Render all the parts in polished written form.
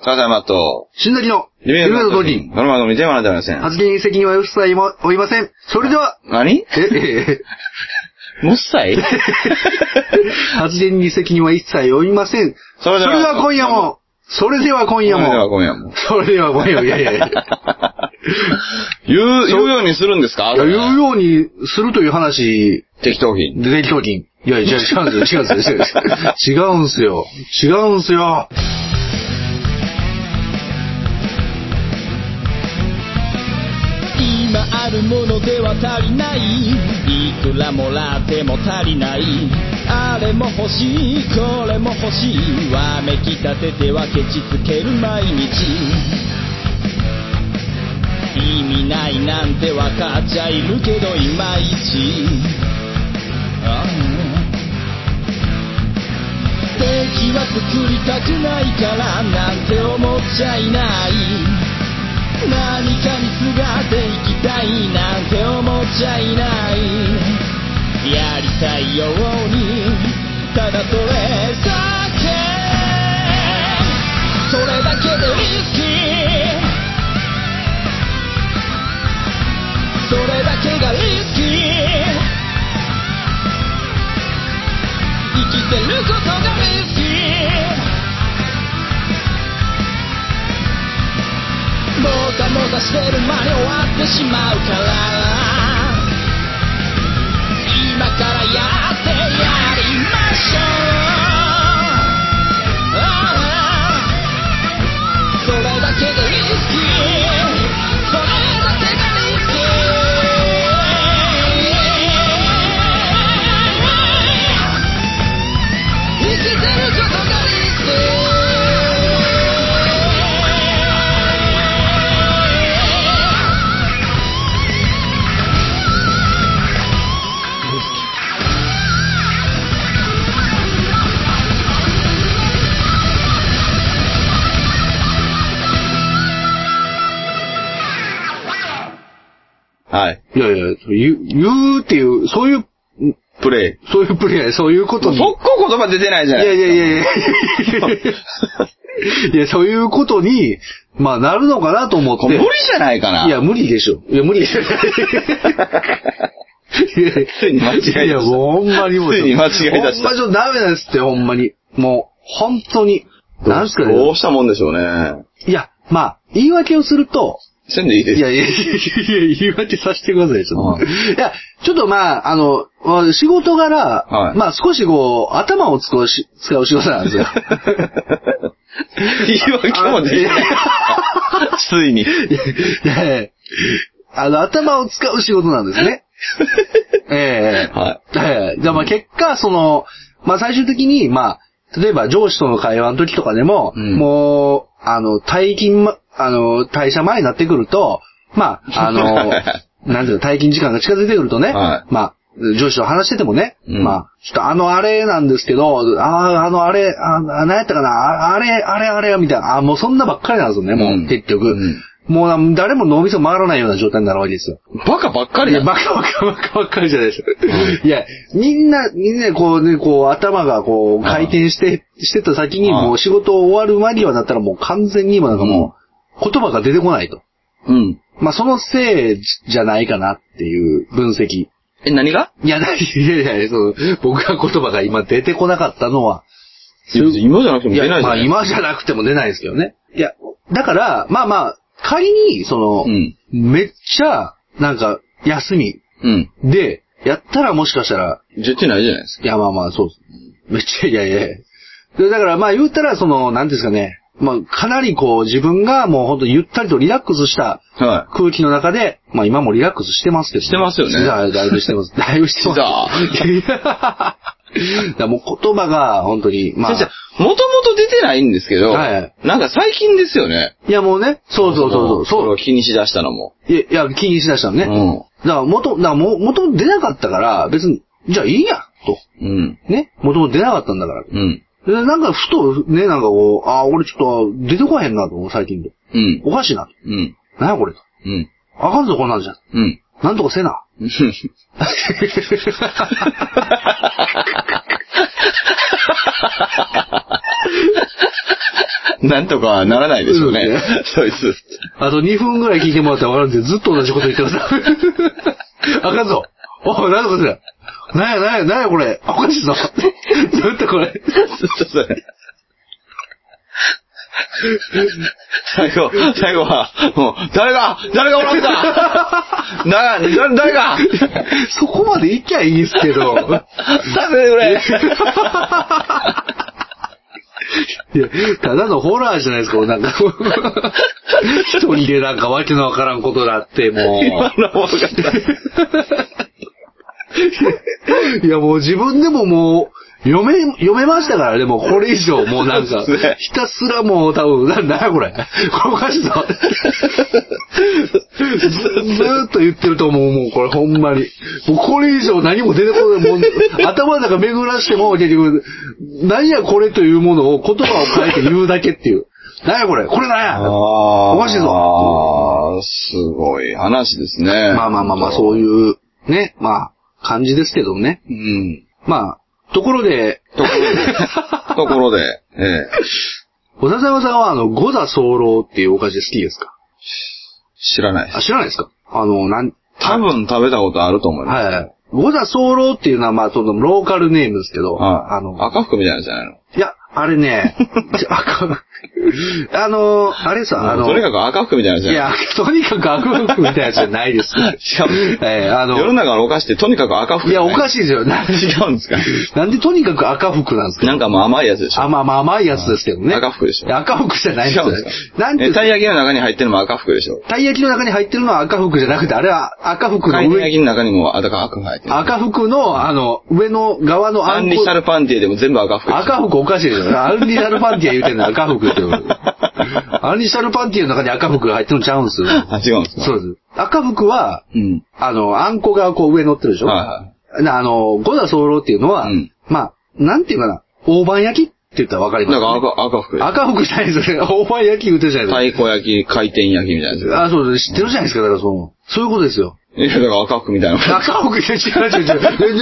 笹山と、 新崎の、 夢の時に、 この番組テーマなんてありません。 発言責任は一切負いません。それでは、 何もっさい発言に責任は一切負いません。それでは今夜も、それでは今夜も、いやいや。 言うようにするんですか？ 言うようにするという話。 適当金。 適当金。いや、違うんですよ。違うんすよ。 今あるものでは足りない。いくらもらっても足りない。あれも欲しい、これも欲しい。わめきたててはケチつける毎日。意味ないなんてわかっちゃいるけどいまいち。敵は作りたくないからなんて思っちゃいない。何かにすがっていきたいなんて思っちゃいない。やりたいようにただそれだけ、それだけでリスキー、それだけがリスキー。生きてることがリスキー。もたもたしてる間に終わってしまうから、今からやってやりましょう。それだけでリスキー、それだけがリスキー。生きてることがリスキー。 はい。 いや、言うっていう、そういうプレイ、 そういうことに。 速攻言葉出てないじゃないですか。 いや、そういうことに、まあ、なるのかなと思って。 無理じゃないかな。 いや、無理でしょ。いや、無理でしょ。 ついに間違えた。 いや、もうほんまにもう。 ついに間違えた。 ほんまちょっとダメなんですって、ほんまに。もう、本当に。なんすかね。 どうしたもんでしょうね。 いや、まあ、言い訳をすると、 せんでいいです。 いや、言い訳させてください、ちょっと。いや、ちょっとまあ、仕事柄、 はい、 まあ少しこう、頭を使う仕事なんですよ。 言い訳もできない。ついに。 頭を使う仕事なんですね。 はい。 じゃあまあ結果、まあ最終的に、まあ、例えば上司との会話の時とかでも、もう、退社前になってくると、まあ、なんていうの、退勤時間が近づいてくるとね、まあ、上司と話しててもね、まあ、ちょっとあれなんですけど、あれ、何やったかな、あれ、みたいな、もうそんなばっかりなんですよね、もう、結局。もう誰も脳みそ回らないような状態になるわけですよ。 バカばっかりだ。 いや、バカばっかりじゃないですよ。いや、みんなこう頭がこう回転してた先にもう仕事終わる間際だったらもう完全に今なんかもう言葉が出てこないと。まあそのせいじゃないかなっていう分析。 何が？ いや、僕が言葉が今出てこなかったのは。 今じゃなくても出ないじゃない。 まあ今じゃなくても出ないですけどね。いや、だから、まあ、仮に、めっちゃ、なんか、休み。で、やったらもしかしたら。 出てないじゃないですか。 いや、まあ、そうです。めっちゃ、いや。だから、まあ言ったら、なんですかね。まあ、かなりこう、自分がもうほんとゆったりとリラックスした空気の中で、まあ今もリラックスしてますけど。 してますよね。 だいぶしてます。だもう言葉が本当に、まあ。 先生、もともと出てないんですけど、なんか最近ですよね。 いやもうね、そう。 それを気にしだしたのも。 いや、気にしだしたのね。だから元出なかったから、別に、じゃあいいや、と。ね。元出なかったんだから。なんかふとね、なんかこう、俺ちょっと出てこへんなと、最近で。おかしいなと。なんやこれと。あかんぞ、こんなんじゃ。なんとかせな。 なんとかはならないでしょうね。そいつ。 あと2分ぐらい聞いてもらったらわかるんで、ずっと同じこと言ってます。あかんぞ。おい、なんだこれ。なんやこれ。おかしいぞ。ずっとこれ。 最後は、もう、誰がおらんか誰がそこまで行きゃいいですけど。 助けてくれいや、ただのホラーじゃないですか、なんか。一人でなんかわけのわからんことだって、もう。 今のも分かった。 いや、もう自分でももう、読めましたからね、もうこれ以上、もうなんか、ひたすらもう多分、なんだよこれ。これおかしいぞ。ずーっと言ってると思う、もうこれほんまに。もうこれ以上何も出てこない。もう頭の中巡らしても、結局、何やこれというものを言葉を変えて言うだけっていう。何やこれなんやおかしいぞ。 すごい話ですね。 まあ、そういう、ね、まあ、感じですけどね。 うん。 まあ、ところで、お笹山さんは五座候っていうお菓子好きですか？ 知らないです。 あ、知らないですか？ 多分食べたことあると思います。 はい。五座候っていうのはまあそのローカルネームですけど、 赤福みたいなやつじゃないの？ いや、あれね、あれさ、 とにかく赤福みたいなやつじゃないの？ いや、とにかく赤福みたいなやつじゃないです。 しかも、世の中のお菓子ってとにかく赤福。 いや、おかしいですよ。 違うんですか？ なんでとにかく赤福なんですか？ なんかもう甘いやつでしょ？ まあ甘いやつですけどね。 赤福でしょ？ 赤福じゃないんですよ。 なんでたい焼きの中に入ってるのも赤福でしょ？ たい焼きの中に入ってるのは赤福じゃなくて、あれは赤福の上。 たい焼きの中にも赤福入ってる。 赤福の、上の側のアンリシャルパンティエでも全部赤福。 赤福おかしいですよ。アンリシャルパンティエ言うてんの赤福って言う。アンリシャルパンティエの中に赤福が入ってるのちゃうんですよ。 あ、違うんですか？ そうです。赤福は、あんこがこう上乗ってるでしょ？はいはい。五座候っていうのは、まあ、なんていうかな、大判焼きって言ったらわかります、ね。 だから赤福。 赤福じゃないですよね。大判焼き言うてるじゃないですか。 太鼓焼き、回転焼きみたいなやつ。 あ、そうです。知ってるじゃないですか。だからそういうことですよ。 いや、だから赤福みたいな。 赤福って違う。全然違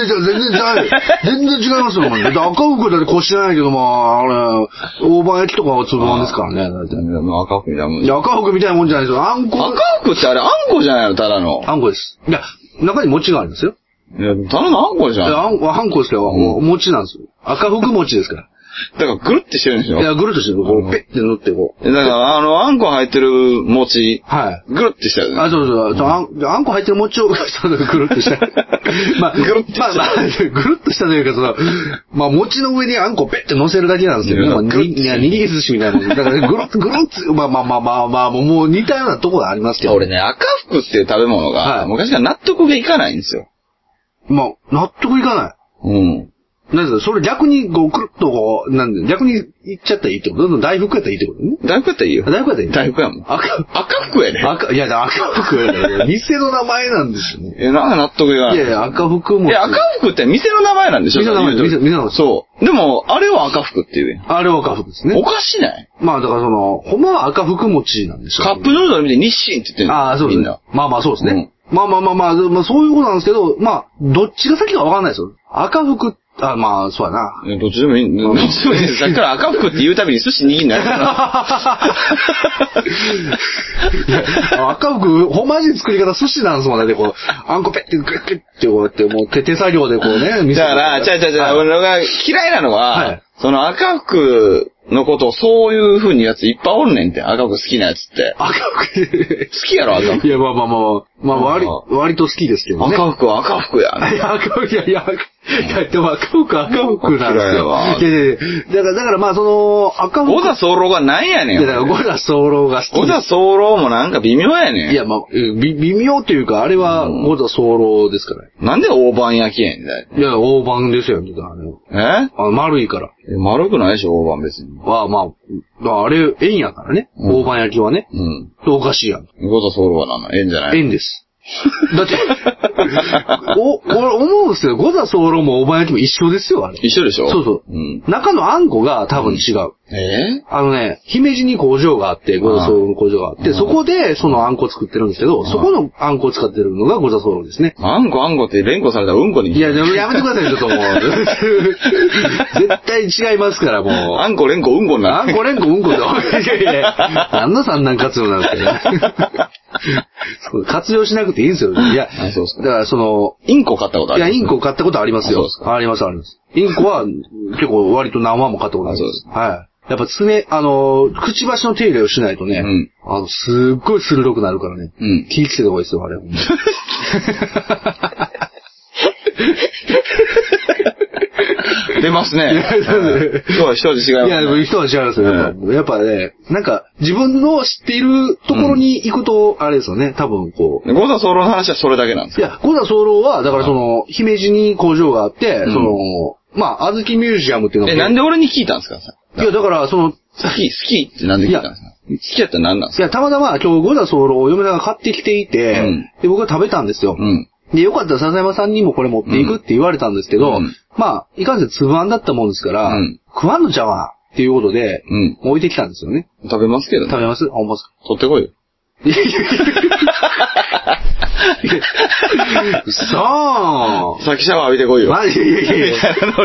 いますよ。赤福だってこしないけど、まあ、大判焼きとかは粒あんですからね。 赤福みたいなもん。 いや、赤福みたいなもんじゃないですよ。あんこ。 赤福ってあれ、あんこじゃないの、ただの。 あんこです。いや、中に餅があるんですよ。 いや、ただのあんこじゃん。 あんこですけど、餅なんですよ。赤福餅ですから。 だからぐるってしてるんでしょ？ いや、ぐるっとしてる。こう、ペッて塗ってこう。 だから、あんこ入ってる餅。 はい。 ぐるってしてる。 あ、そう。あんこ入ってる餅を、ぐるっとした。まあ、ぐるっとしたというか、まあ、餅の上にあんこペッて乗せるだけなんですけど、握り寿司みたいなもん。だから、ぐるっと、まあ、もう似たようなところありますけど。 俺ね、赤福っていう食べ物が、昔から納得がいかないんですよ。 まあ、納得いかない。なんですか、それ逆に、こう、くるっとこう、逆にいっちゃったらいいってこと？どんどん大福やったらいいってことね。 大福やったらいいよ。 大福やったらいい。 大福やもん。赤福やね。 いや、赤福やね。店の名前なんですよね。 なんか納得がない。 いや、赤福も。 赤福って店の名前なんでしょ？ 店の名前。 そう。でも、あれは赤福っていう。 あれは赤福ですね。 おかしない？ まあ、だからほんまは赤福餅なんでしょ。 カップヌードル見て日清って言ってるの。 ああ、そうですね。まあ、そうですね。まあ、そういうことなんですけど、まあ、どっちが先かわかんないですよ。赤福まあ、そうやな。 どっちでもいい。どっちでもいい。さっきから赤福って言うたびに寿司握んないから。 赤福、ほんまに作り方寿司なんですもんね。こう、あんこペッてグッグッってこうやって、もう手作業でこうね、見せて。 だから、俺が嫌いなのは、その赤福のことをそういう風にやついっぱいおるねんって。赤福好きなやつって。 赤福好きやろ、赤福。 いや、まあ、割と好きですけどね。 赤福は赤福や。 赤福、いや、でも赤福なんですよ。だからまあ赤福。 五座候がなんやねん。 いや、だから五座候が好き。 五座候もなんか微妙やねん。 いや、まあ、微妙というか、あれは五座候ですから。 なんで大判焼きやねんだよ。 いや、大判ですよ、丸いから。 丸くないでしょ、大判別に。 まあ、あれ、円やからね。大判焼きはね。おかしいやん。 五座候は円じゃない？ 円です。 だって、俺思うんですよ。五座候も大判焼きも一緒ですよ、あれ。 一緒でしょ？ そうそう。うん、中のあんこが多分違う。姫路に工場があって、五座候の工場があって、そこでそのあんこ作ってるんですけど、そこのあんこを使ってるのが五座候ですね。 あんこって連呼されたらうんこに。 いや、でもやめてください、ちょっともう。絶対違いますから、もう。 あんこ連呼うんこになる。 あんこ連呼うんこだ。いやいや、何の三段活用なんですかね。活用しなくていいんですよ。いや、 そうですか。 だからインコ買ったことある？ いや、インコ買ったことありますよ。あります。インコは結構割と何万も買ったことあります。はい。やっぱくちばしの手入れをしないとね、すっごい鋭くなるからね。気ぃつけた方がいいですよ、あれ。 出ますね。今日は一味違いますね。 いや、一味違いますよ。やっぱね、なんか、自分の知っているところに行くと、あれですよね、多分こう。 五座候の話はそれだけなんですか？ いや、五座候は、だから姫路に工場があって、あずきミュージアムっていうのが。 なんで俺に聞いたんですか？ いや、だから、好きってなんで聞いたんですか？好きやったら何なんですか？ いや、たまたま今日五座候を嫁さんが買ってきていて、で、僕が食べたんですよ。で、よかったら笹山さんにもこれ持っていくって言われたんですけど、いかんせん粒あんだったもんですから、食わんのちゃうわっていうことで、置いてきたんですよね。 食べますけどね。 食べます？あ、ほんまですか？ 取ってこいよ。 そうさっきシャワー浴びてこいよ。 マジで。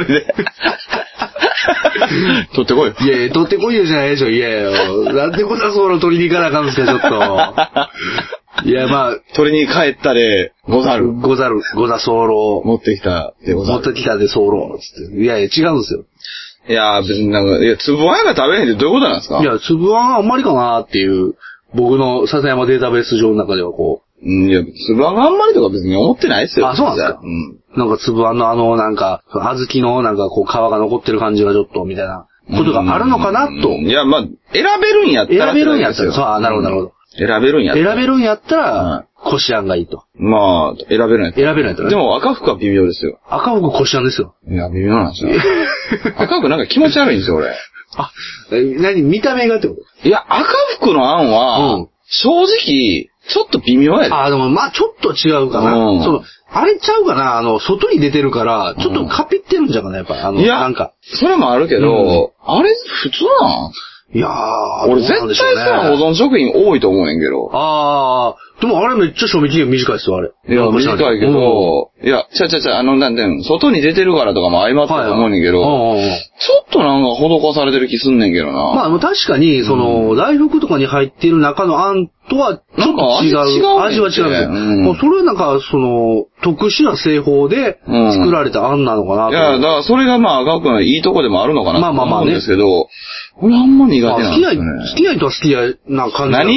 取ってこいよ。 いやいや、取ってこいよじゃないでしょ。いやいや、なんでこんなソーロ取りに行かなあかんですか、ちょっと。いや、 取りに帰ったで、ござソーロ。 持ってきたでござる。 持ってきたでソーロ。つって。いやいや、違うんですよ。 いや、別に粒あんが食べへんってどういうことなんですか？ いや、粒あんあんまりかなっていう、僕の笹山データベース上の中ではこう。 いや、粒あんがあんまりとか別に思ってないですよ。 あ、そうなんですか？なんか粒あんのなんか、小豆のなんかこう皮が残ってる感じがちょっと、みたいなことがあるのかなと。 いや、選べるんやったら。 選べるんやったら、そう、なるほど。 選べるんやったら、こしあんがいいと。 選べるんやったら。でも赤服は微妙ですよ。 赤服こしあんですよ。 いや、微妙なんですよ。赤服なんか気持ち悪いんですよ、俺。 見た目がってこと？ いや、赤服のあんは、正直、ちょっと微妙やで。 でもちょっと違うかな。あれちゃうかな、外に出てるから、ちょっとカピってるんじゃうかな、やっぱ。 いや、なんか。それもあるけど、あれ、普通なん？ いやー、 俺絶対さ、保存食品多いと思うねんけど。 でもあれめっちゃ賞味期限短いっすよ、あれ。 いや、短いけど、いや、なんていうの、外に出てるからとかも相まってると思うねんけど、ちょっとなんか施されてる気すんねんけどな。 確かに、大福とかに入っている中のあんとは、ちょっと違う。味は違うんですよ。それはなんか、特殊な製法で作られたあんなのかなと。 いや、だからそれが赤くないいとこでもあるのかなと思うんですけど、俺あんま苦手なんですよね。 好きな人は好きな感じ。 何？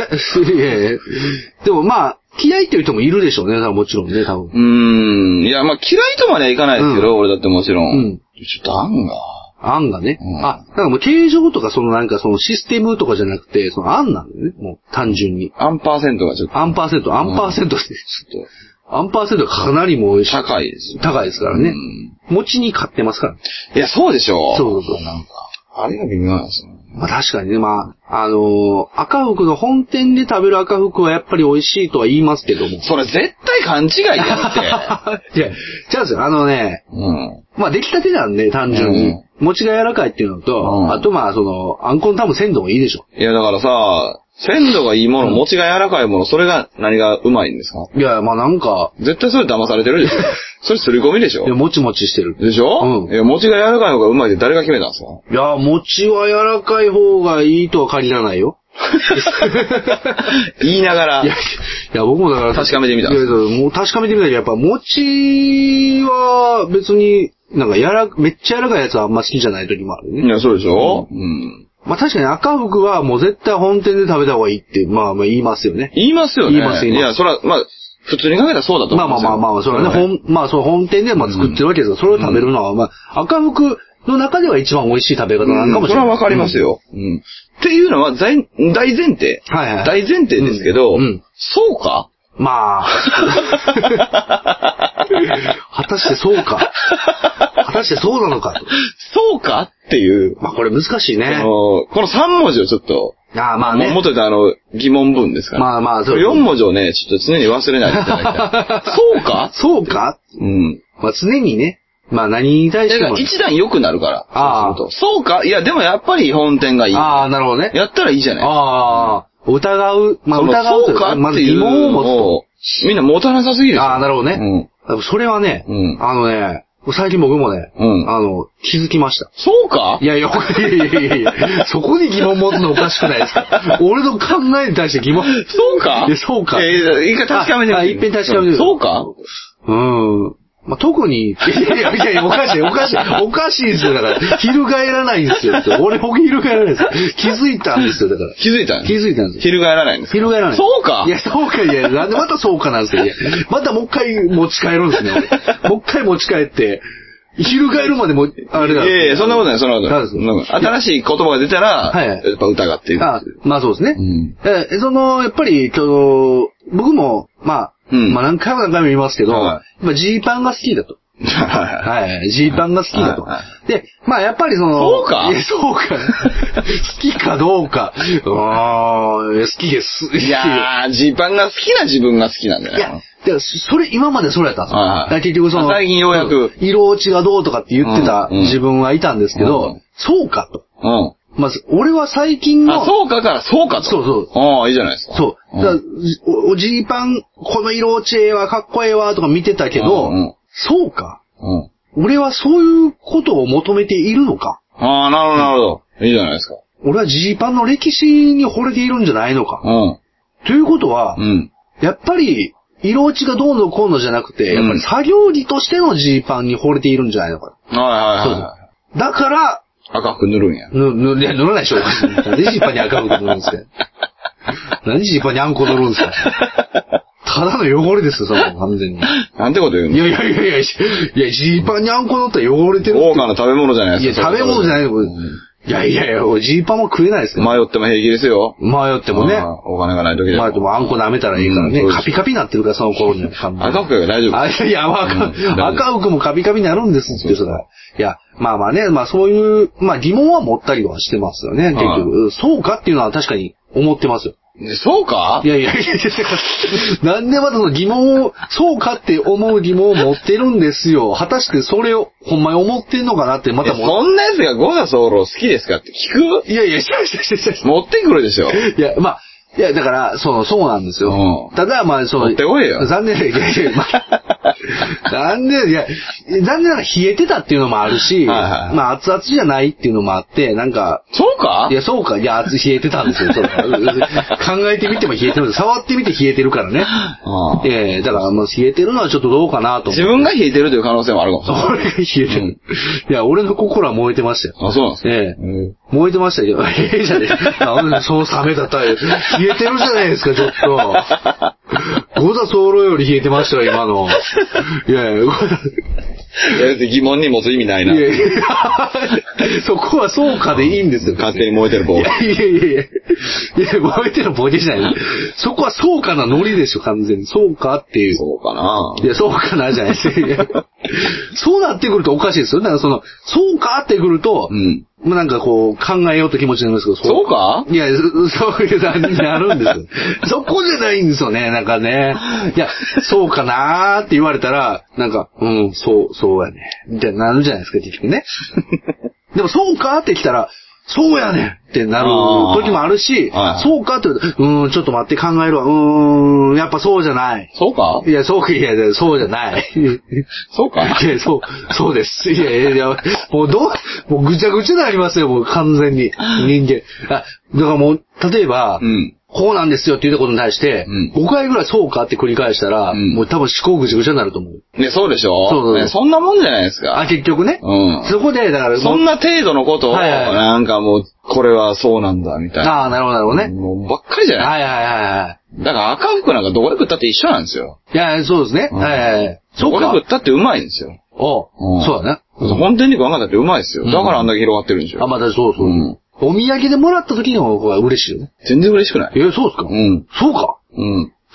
でも嫌いっていう人もいるでしょうね、もちろんね、多分。 いや、嫌いとまではいかないですけど、俺だってもちろん。ちょっとあんがね。なんかもう形状とかなんかシステムとかじゃなくて、あんなんだよね、もう単純に。 アンパーセントがちょっと。 アンパーセントです。アンパーセントがかなりもう高いですよ。 高いですからね。餅に買ってますから。 いや、そうでしょ。 そう。 なんか、あれが微妙なんですよ。 確かにね、赤福の本店で食べる赤福はやっぱり美味しいとは言いますけども。 それ絶対勘違いやって。 いや、違うんですよ。出来たてなんで、単純に。餅が柔らかいっていうのと、あとあんこの多分鮮度もいいでしょ。 いや、だからさ、鮮度がいいもの、餅が柔らかいもの、それが何がうまいんですか？ いや、なんか。 絶対それ騙されてるでしょ。それすり込みでしょ。 いや、もちもちしてる。 でしょ？いや、餅が柔らかい方がうまいって誰が決めたんですか？ いや、餅は柔らかい方がいいとは限らないよ。 言いながら。 いや、僕もだから確かめてみたんです。 もう確かめてみたけど、やっぱ餅は別に、なんかめっちゃ柔らかいやつはあんま好きじゃない時もあるね。 いや、そうでしょ？ 確かに赤福はもう絶対本店で食べた方がいいって、言いますよね。 言いますよね。 言います。 いや、それは、普通に考えたらそうだと思うんですよ。 それはね、本店で作ってるわけですから、それを食べるのは、赤福の中では一番美味しい食べ方なのかもしれない。 それはわかりますよ。っていうのは大前提。大前提ですけど、そうか？ 果たしてそうか。果たしてそうなのかと。 そうかっていう。 これ難しいね。 この3文字をちょっとああ、まあね。 もっと言うと疑問文ですから。 まあまあ、そう。 4文字をね、ちょっと常に忘れないでいただきたい。そうかそうかうん。 まあ常にね、まあ何に対しても。 一段良くなるから。 ああ。 そうかいや、でもやっぱり本店がいい。 ああ、なるほどね。 やったらいいじゃない。 ああ。疑う。まあ疑うそうかまず疑問を持つ。みんな持たなさすぎる。 ああ、なるほどね。うん。それはね、最近僕もね、気づきました。 そうかいや、そこに疑問持つのおかしくないですか俺の考えに対して疑問。 そうかいや、そうか。 一回確かめてみて。 一遍確かめてみて。 そうかまあ、特に、いや、おかしいですよ、だから。翻らないんですよ。俺、翻らないです。気づいたんですよ、だから。 気づいたんですよ。 翻らないんですか翻らない。 そうかいや、そうか、いや、なんでまたそうかなんですかいや、またもう一回持ち帰るんですね、もう一回持ち帰って、翻るまでも、あれだ。 いや、そんなことない、そんなことない。新しい言葉が出たら、やっぱ疑っている。 まあそうですね。やっぱり、僕も、まあ何回も言いますけど、やっぱジーパンが好きだと。はい。ジーパンが好きだと。で、まあやっぱりそうかいや、そうか。好きかどうか。好きです。 いやー、ジーパンが好きな自分が好きなんだよ。 いや、今までそれやったんですよ。結局最近ようやく。 色落ちがどうとかって言ってた自分はいたんですけど、そうかと。まず、俺は最近の。 そうかからそうかと。 そう。 ああ、いいじゃないですか。 そう。ジーパン、この色落ちええわ、かっこええわ、とか見てたけど、そうか。俺はそういうことを求めているのか。 ああ、なるほど。いいじゃないですか。 俺はジーパンの歴史に惚れているんじゃないのか。ということは、やっぱり、色落ちがどうのこうのじゃなくて、やっぱり作業着としてのジーパンに惚れているんじゃないのか。 はい。 だから、 赤服塗るんや。 塗らないでしょ。なんでジーパンに赤服塗るんですかなんでジーパンにあんこ塗るんですかただの汚れですよ、完全に。 なんてこと言うの？ いや、ジーパンにあんこ塗ったら汚れてる。 豪華な食べ物じゃないですか。 いや、食べ物じゃないの。いや、ジーパンも食えないですよ。 迷っても平気ですよ。 迷ってもね。 お金がない時でも。 迷ってもあんこ舐めたらいいからね。カピカピになってるから、その頃には。 赤服が大丈夫。 いや、赤服もカピカピになるんですって、それは。いや、まあね、そういう、疑問は持ったりはしてますよね、結局。そうかっていうのは確かに思ってますよ。 そうかいや、なんでまたその疑問を、そうかって思う疑問を持ってるんですよ。果たしてそれを、ほんまに思ってんのかなってまたそんな奴がゴザソウロ好きですかって聞く？ いや、 持ってくるでしょ。 いや、だから、そうなんですよ。ただ、持ってこいよ。 残念ながら冷えてたっていうのもあるし、熱々じゃないっていうのもあって、なんか。 そうか？ いや、そうか。いや、冷えてたんですよ。考えてみても冷えてる。触ってみて冷えてるからね。だから冷えてるのはちょっとどうかなと。 自分が冷えてるという可能性もあるかもしれない。 俺が冷えてる。いや、俺の心は燃えてましたよ。 あ、そうなんですか。 燃えてましたけど、じゃねえ。そう冷めたた冷えてるじゃないですか、ちょっと。ゴザソウロより冷えてましたよ、今の。いや、 疑問に持つ意味ないな。 そこはそうかでいいんですよ。 勝手に燃えてるボケ。 いや、燃えてるボケじゃない。そこはそうかなノリでしょ、完全に。そうかっていう。 そうかな。 いや、そうかなじゃないですか。そうなってくるとおかしいですよ。だからそうかってくると、なんか考えようと気持ちになりますけど。 そうか？ いや、そういう感じになるんですよ。そこじゃないんですよね、なんかね。いや、そうかなーって言われたら、なんか、そうやね。みたいになるじゃないですか、結局ね。でも、そうかって来たら、そうやねんってなる時もあるし、そうかって言うと、ちょっと待って考えるわ。やっぱそうじゃない。 そうか？ いや、そうじゃない。 そうか？ いや、そうです。いや、もうぐちゃぐちゃになりますよ、もう完全に。人間。だからもう、例えば、こうなんですよって言ったことに対して、5回ぐらいそうかって繰り返したら、もう多分思考ぐちゃぐちゃになると思う。 ね、そうでしょ？そう。そんなもんじゃないですか。 結局ね。そこで、だからそんな程度のことを、なんかもう、これはそうなんだ、みたいな。 なるほどね。 もうばっかりじゃない。だから赤服なんかどこで食ったって一緒なんですよ。 いや、そうですね。 どこで食ったってうまいんですよ。 そうだね。 本店に食わなかったってうまいですよ。だからあんだけ広がってるんですよ。 またそう。お土産でもらった時の方が嬉しいよね。 全然嬉しくない。 そうですか？そうか。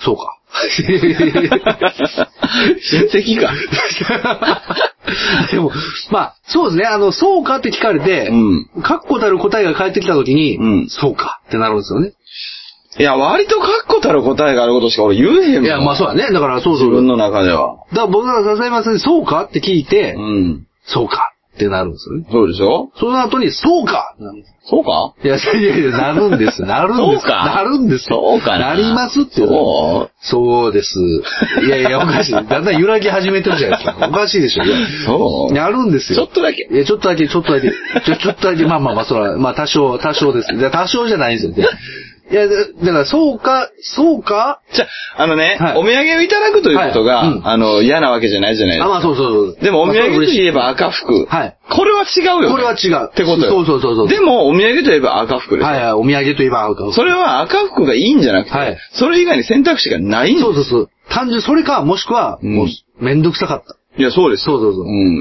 親戚か。 でも、まあ、そうですね。そうかって聞かれて、確固たる答えが返ってきたときに、そうかってなるんですよね。 いや、割と確固たる答えがあることしか俺言えへんもん。 いや、まあそうだね。だからそう。 自分の中では。 だから僕が笹山さんにそうかって聞いて、そうかってなるんですよね。 そうでしょ？ その後に、そうかそうか？ いや、なるんです。なるんです。 そうか？ なるんです。 そうかなりますって。そうです。いやいや、おかしい。だんだん揺らぎ始めてるじゃないですか。おかしいでしょ。いや、 そう。 なるんですよ。 ちょっとだけ。 いや、ちょっとだけ。ちょっとだけ。まあ、そら、まあ、多少です。多少じゃないんですよ。いや、だから、そうかじゃあ、お土産をいただくということが、嫌なわけじゃないじゃないですか。 まあ、そう。 でも、お土産といえば赤服。 はい。 これは違うよね。 これは違う。 ってことよ。 そう。 でも、お土産といえば赤服です。 はい、お土産といえば赤服。 それは赤服がいいんじゃなくて、それ以外に選択肢がないんです。 そう。単純、それか、もしくは、もう、めんどくさかった。 いや、そうです。 そう。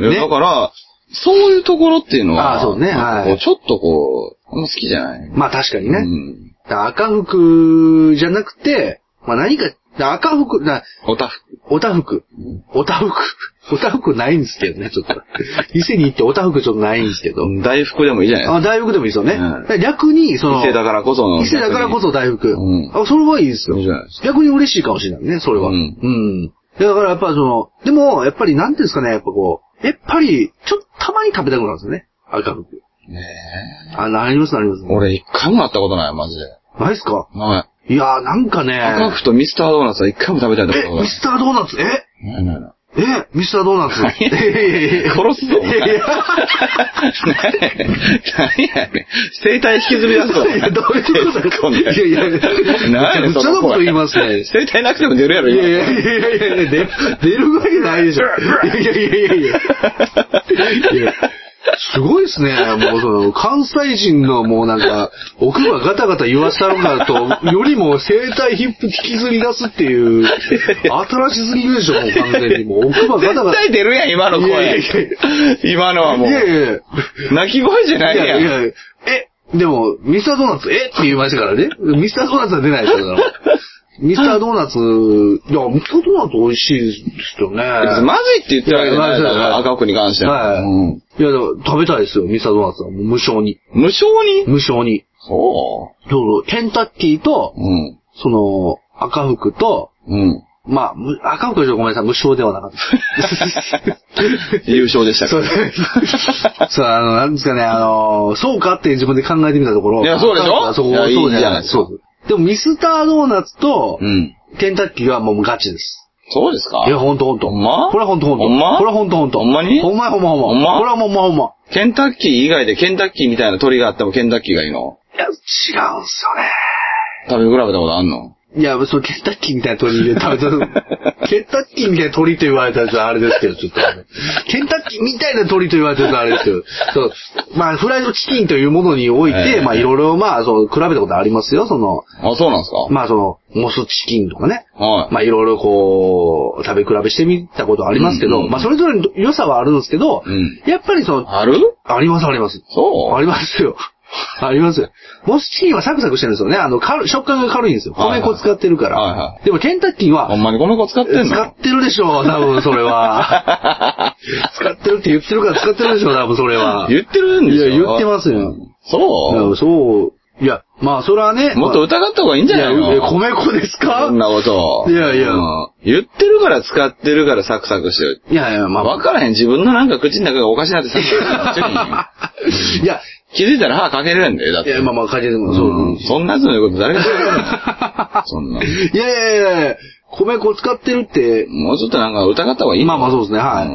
だから、そういうところっていうのは、 そうね。はい。 ちょっとあんま好きじゃない。 まあ確かにね。赤服じゃなくて、まあ何か、赤服、おた服ないんですけどね、ちょっと。店に行っておた服ちょっとないんですけど。 大福でもいいじゃないですか。 大福でもいいですよね。逆に、 店だからこその。 店だからこそ大福。それはいいですよ。逆に嬉しいかもしれないね、それは。だからやっぱでも、やっぱりなんていうんですかね、やっぱり、ちょっとたまに食べたくなるんですよね、赤服。なります。 俺一回もなったことない、マジで。 ないっすか？ ない。 いや、なんかね。 赤服とミスタードーナツは一回も食べたいんだけど。 ミスタードーナツミスタードーナツ殺すぞ。何やねん。生体引きずり出すぞ。 どういうことだいや。 何やねん、 そんなこと言いますね。 生体なくても出るやろ、今。 いや、出るわけないでしょ。いや。すごいですね。もう関西人のもうなんか、奥歯ガタガタ言わしたのかと、よりも生体引きずり出すっていう、新しすぎるでしょ、もう完全に。もう奥歯ガタガタ。 絶対出るやん、今の声。今のはもう。いや。泣き声じゃないやん。 いや。でも、ミスタードーナツ、って言いましたからね。ミスタードーナツは出ないですから。ミスタードーナツ、ミスタードーナツ美味しいですよね。 まずいって言ってるわけじゃないですか、赤服に関しては。 いや、食べたいですよ、ミスタードーナツは。無償に。 無償にそう。ケンタッキーと、赤服と、まあ、赤服はごめんなさい、無償ではなかった。 優勝でしたかそう、なんですかね、そうかって自分で考えてみたところ。 いや、そうでしょ？ そうじゃないですか。でも、ミスタードーナツと、ケンタッキーはもうガチです。 そうですか？ いや、ほんと。 ほんま？ これはほんと。 ほんま？ これはほんと。 ほんまに？ ほんま。これはほんま。 ケンタッキー以外でケンタッキーみたいな鳥があってもケンタッキーがいいの？ いや、違うんすよね。 食べ比べたことあんの？ いや、ケンタッキーみたいな鳥で食べた。ケンタッキーみたいな鳥と言われたらあれですけど、ちょっと。ケンタッキーみたいな鳥と言われたらあれですけど、まあ、フライドチキンというものにおいて、まあ、いろいろ、まあ、比べたことありますよ、 あ、そうなんですか？ まあ、モスチキンとかね。 はい。 まあ、いろいろ食べ比べしてみたことありますけど、まあ、それぞれの良さはあるんですけど、やっぱりある？ あります。 そう？ ありますよ。ありますよ。モスチキンはサクサクしてるんですよね。食感が軽いんですよ。米粉使ってるから。でもケンタッキーは。 ほんまに米粉使ってんの？ 使ってるでしょう、多分それは。使ってるって言ってるから使ってるでしょう、多分それは。 言ってるんですよ。 いや、言ってますよ。 そう。 いや、まあ、それはね。 もっと疑った方がいいんじゃないの？ いや、米粉ですか？ そんなこと。 いや。 言ってるから使ってるからサクサクしてる。 いや、まあ。 わからへん。自分のなんか口の中がおかしなってサクサクしてる。 いや、 気づいたら歯かけれるんだよ、だって。 いや、まあ、かけてもそんなやつの言うこと誰が知ってるの？そんな。 いや。米粉使ってるって。 もうちょっとなんか疑った方がいい。 まあそうですね、はい。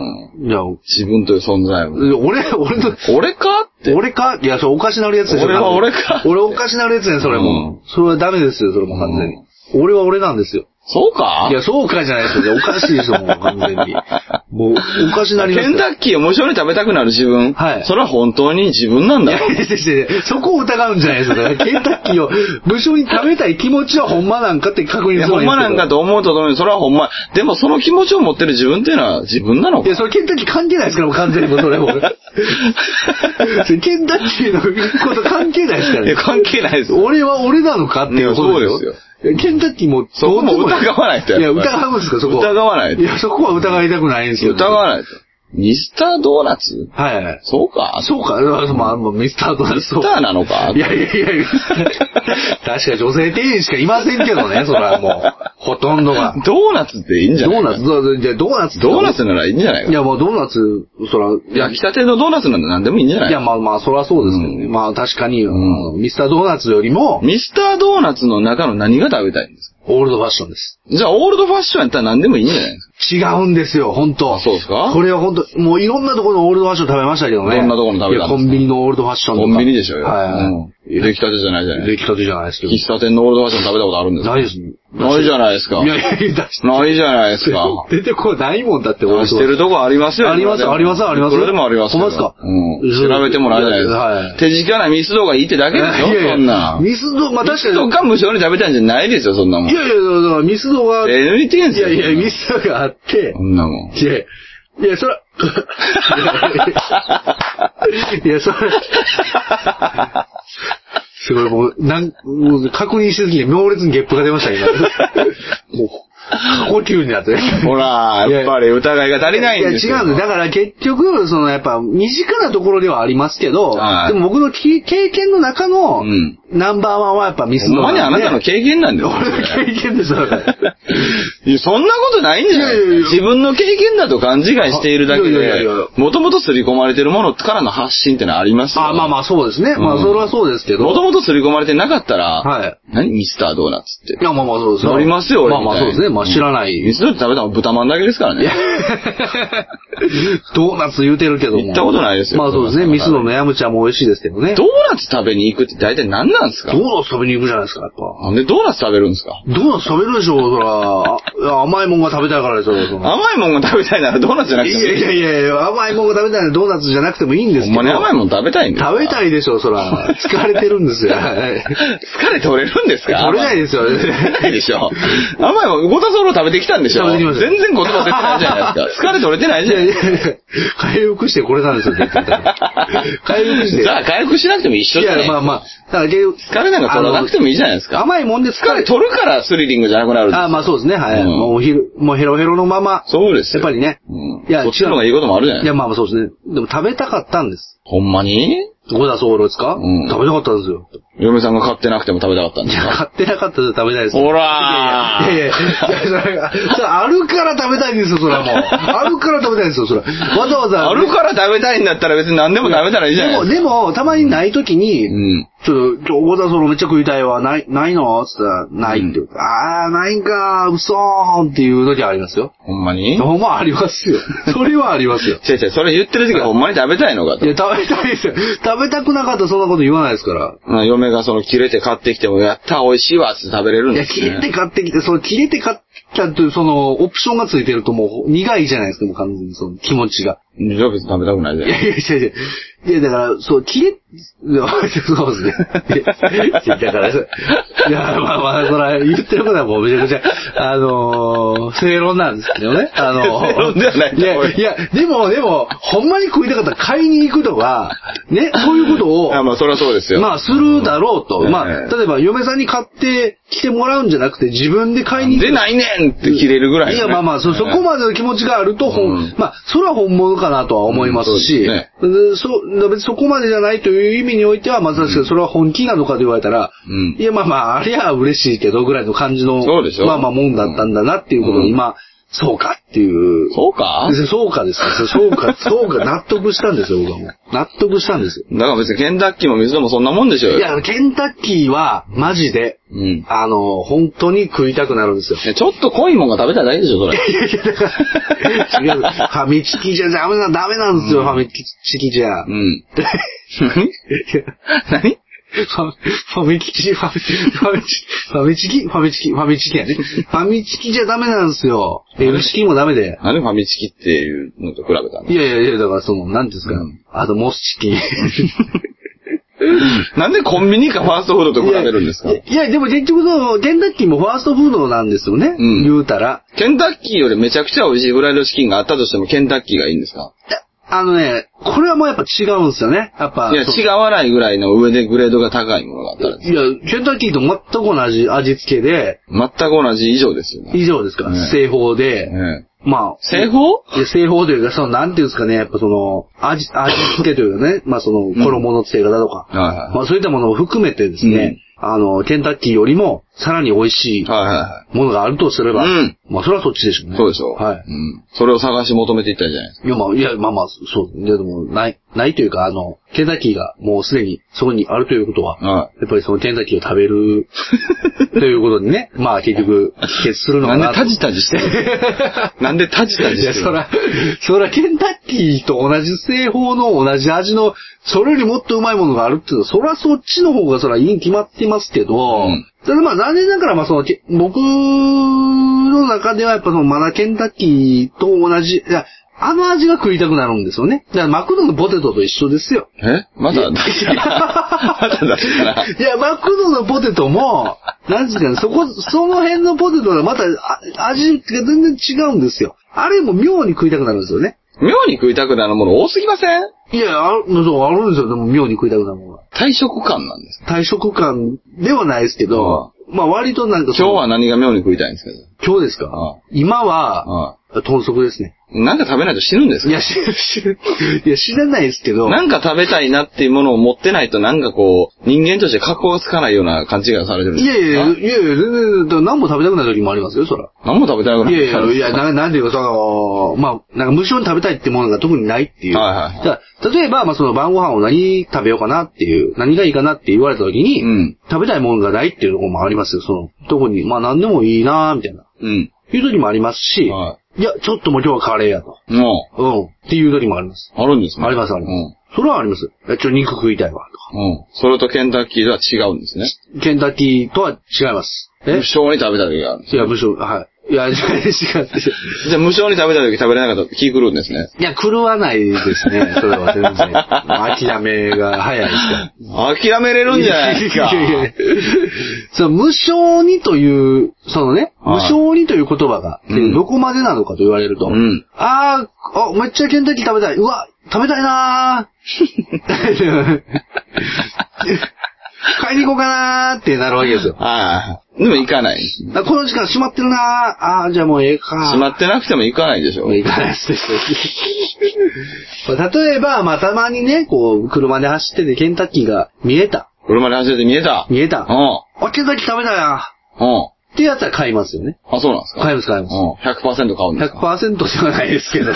いや、自分という存在を。俺かって。 俺か？いや、それおかしなるやつでしょ。 俺か。 俺おかしなるやつね、それも。それはダメですよ、それも完全に。俺は俺なんですよ。 そうか？ いや、そうかじゃないですよ。おかしいですよ、もう完全に。もう、おかしなりますよ。 ケンタッキーを無償に食べたくなる自分。はい。それは本当に自分なんだろ。 いや、そこを疑うんじゃないですよ。ケンタッキーを無償に食べたい気持ちはほんまなんかって確認するんですよ。 ほんまなんかと思うとともに、それはほんま。でもその気持ちを持ってる自分っていうのは自分なのか？ いや、それケンタッキー関係ないですから、もう完全にもうそれも。 ケンタッキーのこと関係ないですからね。 関係ないです。 俺は俺なのかっていうことですよ。ケンタッキーもそこも疑わないと。 いや、疑うんですか、そこ。 疑わないと。 いや、そこは疑いたくないんですよ。 疑わないと。ミスタードーナツ？ はいはい。 そうか。 そうか。まあ、ミスタードーナツ。 ミスターなのか。 いや。確かに女性店員しかいませんけどね、それはもう。ほとんどが。 ドーナツっていいんじゃない？ ドーナツならいいんじゃないか。 いや、もうドーナツ、そら。 焼きたてのドーナツなんて何でもいいんじゃない？ いや、まあ、そらそうですけどね。まあ、確かに、ミスタードーナツよりも。 ミスタードーナツの中の何が食べたいんですか？ オールドファッションです。 じゃあ、オールドファッションやったら何でもいいんじゃないですか？ 違うんですよ、本当。 そうですか？ これは本当、もういろんなところのオールドファッション食べましたけどね。 どんなところの食べたんですか？ コンビニのオールドファッションとか。 コンビニでしょよ。 はい。 出来たてじゃないじゃない。 出来たてじゃないですけど。 喫茶店のオールドファッション食べたことあるんですか？ ないです。 ないじゃないですか。 いや、ないじゃないですか。 出てこないもんだって。 出してるとこありますよ。 あります。これでもありますよ。 ほんまですか？ 調べてもらえないです。はい。手近なミスドがいいってだけですよ、そんな。 ミスド、まあ確かに。 ミスドか無償に食べたいんじゃないですよ、そんなもん。 いや、ミスドが。 抜いてんすよ。 いや、ミスドがあって。 そんなもん。 いや、そら、いや、それ、すごい、もう確認しすぎて猛烈にゲップが出ました、今。もう、過呼吸になって。 ほら、やっぱり疑いが足りないんですよ。 いや、違うんです。だから結局、やっぱ、身近なところではありますけど、でも僕の経験の中の、ナンバーワンはやっぱミスド。 ほんまにあなたの経験なんだよ。 俺の経験ですよ。 いや、そんなことないんじゃないですか。自分の経験だと勘違いしているだけで、もともと刷り込まれてるものからの発信ってのはありますよ。 まあそうですね。まあそれはそうですけど。 もともと刷り込まれてなかったら、 はい。 何ミスタードーナツって。 いや、まあそうです。 ありますよ、俺。 まあそうですね。まあ知らない。 ミスドって食べたの豚まんだけですからね。 ドーナツ言うてるけども。 行ったことないですよ。 まあそうですね。ミスドのヤムチャも美味しいですけどね。 ドーナツ食べに行くって大体何なんですか？ ドーナツ食べに行くじゃないですか、やっぱ。 なんでドーナツ食べるんですか？ ドーナツ食べるでしょ、そら。甘いもんが食べたいからでしょ。 甘いもんが食べたいならドーナツじゃなくてもいい。 いや、甘いもんが食べたいならドーナツじゃなくてもいいんですけど。 ほんまに甘いもん食べたいんですか？ 食べたいでしょ、そら。疲れてるんですよ。 疲れ取れるんですか？ 取れないですよ。 ないでしょ。甘いもん、ゴタソロ食べてきたんでしょ？ 食べてきました。 全然言葉出てないじゃないですか。疲れ取れてないじゃないですか。 回復してこれなんですよ、回復して。 じゃあ回復しなくても一緒じゃないですか。 いや、まあ。疲れなんか取らなくてもいいじゃないですか。 甘いもんで疲れ取るからスリリングじゃなくなるんですよ。 まあそうですね。はい。もうヘロヘロのまま。 そうですやっぱりね。 いや、そっちの方がいいこともあるじゃないですか。 いや、まあそうですね。でも食べたかったんです。 ほんまに？ ゴダソーロですか？食べたかったんですよ。 嫁さんが買ってなくても食べたかったんですか？ いや、買ってなかったら食べたいです。 ほらー。 いや、それあるから食べたいんですよ、それはもう。あるから食べたいんですよ、それ。わざわざ。 あるから食べたいんだったら別に何でも食べたらいいじゃないですか。 でも、たまにないときに、ゴダソーロめっちゃ食いたいわ。ないのつったら、ないって言う。ないんか、嘘ーんっていう時はありますよ。 ほんまに？ ほんまありますよ。それはありますよ。 それ言ってる時はほんまに食べたいのかと。 いや、食べたいですよ。食べたくなかったらそんなこと言わないですから。 嫁が切れて買ってきても、やった美味しいわって食べれるんですね。 いや、切れて買ってきて、切れて買ったというオプションがついてるともう苦いじゃないですか、もう完全に気持ちが。 じゃあ別に食べたくないじゃん。 いや、だから、そうですね。だから、いや、まあ、そら、言ってることはもうめちゃくちゃ、正論なんですけどね。 正論ではない。 いや、でも、ほんまに食いたかったら買いに行くとか、ね、そういうことを、 まあ、それはそうですよ。 まあ、するだろうと。まあ、例えば、嫁さんに買ってきてもらうんじゃなくて、自分で買いに行く。 でないねんって切れるぐらい。 いや、まあ、そこまでの気持ちがあると、まあ、それは本物かなとは思いますし、別にそこまでじゃないという意味においては、まずそれは本気なのかと言われたら、いや、まあ、あれは嬉しいけど、ぐらいの感じの、まあ、もんだったんだなっていうことを今、そうかっていう。 そうかそうかです。そうか、納得したんですよ、僕はもう。納得したんですよ。 だから別にケンタッキーも水でもそんなもんでしょうよ。 いや、ケンタッキーは、マジで、本当に食いたくなるんですよ。 ちょっと濃いもんが食べたらだけでしょ、それ。 違う。ファミチキじゃダメなんですよ、ファミチキじゃ。 何ファミチキやね。ファミチキじゃダメなんですよ。L チキもダメで。 なんでファミチキっていうのと比べたの？ いや、だからなんていうんですか。あと、モスチキン。 なんでコンビニかファーストフードと比べるんですか？ いや、でも結局ケンタッキーもファーストフードなんですよね。言うたら。 ケンタッキーよりめちゃくちゃ美味しいフライドチキンがあったとしてもケンタッキーがいいんですか？ これはもうやっぱ違うんですよね。やっぱ。 いや、違わないぐらいの上でグレードが高いものがあったらです。 いや、ケンタッキーと全く同じ味付けで。 全く同じ以上ですよね。 以上ですか。製法で。まあ。 製法？ いや、製法というか、なんていうんですかね、やっぱ味付けというかね、まあ衣の付け方とか。まあそういったものを含めてですね、ケンタッキーよりも、さらに美味しいものがあるとすれば、まあ、それはそっちでしょうね。 そうでしょう。 はい。 それを探し求めていったらいいじゃないですか。 いや、まあ、そう。でも、ないというか、ケンタッキーがもうすでにそこにあるということは、やっぱりそのケンタッキーを食べる、ということにね、まあ、結局、帰結するのかな。 なんでタジタジしてるなんでタジタジしてるいや、そら、ケンタッキーと同じ製法の同じ味の、それよりもっとうまいものがあるっていうのは、そらそっちの方がそらいいに決まってますけど、ただまあ残念ながらまあ僕の中ではやっぱまだケンタッキーと同じ、いや、味が食いたくなるんですよね。だからマクドのポテトと一緒ですよ。 まだだったら。 いや、マクドのポテトも、なんですかね、その辺のポテトがまた味が全然違うんですよ。あれも妙に食いたくなるんですよね。 妙に食いたくなるもの多すぎません？ いや、あるんですよ。でも妙に食いたくなるものが。 退職感なんですか？ 退職感ではないですけど、まあ割となんか今日は何が妙に食いたいんですか？ 今日ですか？今は、豚足ですね。 なんか食べないと死ぬんですか？ いや、死なないですけど。 なんか食べたいなっていうものを持ってないとなんかこう、人間として格好がつかないような勘違いをされてるんですか？いや、 全然、何も食べたくない時もありますよ、そら。 何も食べたくない？ いや、なんていうか、まあ、なんか無性に食べたいってものが特にないっていう。例えば、まあ、晩ご飯を何食べようかなっていう、何がいいかなって言われた時に、食べたいものがないっていうところもありますよ、特に。まあ、何でもいいなーみたいな。いう時もありますし、いや、ちょっともう今日はカレーやと。っていう時もあります。 あるんですね。 あります。それはあります。肉食いたいわ、とか。それとケンタッキーとは違うんですね。 ケンタッキーとは違います。 無性に食べた時があるんです。 いや、無性、はい。いや、違う。じゃあ無性に食べた時食べれなかったら気狂うんですね。 いや、狂わないですね。それは全然。諦めが早いですから。 諦めれるんじゃないですか。 無性にという、無性にという言葉が、どこまでなのかと言われると、めっちゃケンタッキー食べたい。うわ、食べたいなー。買いに行こうかなーってなるわけですよ。 でも行かない。 この時間閉まってるなー。じゃあもうええか。 閉まってなくても行かないでしょ。 行かないです例えば、まあたまにね、車で走っててケンタッキーが見えた。 車で走ってて見えた。 ケンタッキー食べたや。っていうやつは買いますよね。 そうなんですか？ 買います。 100% 買うんですか？ 100% ではないですけど、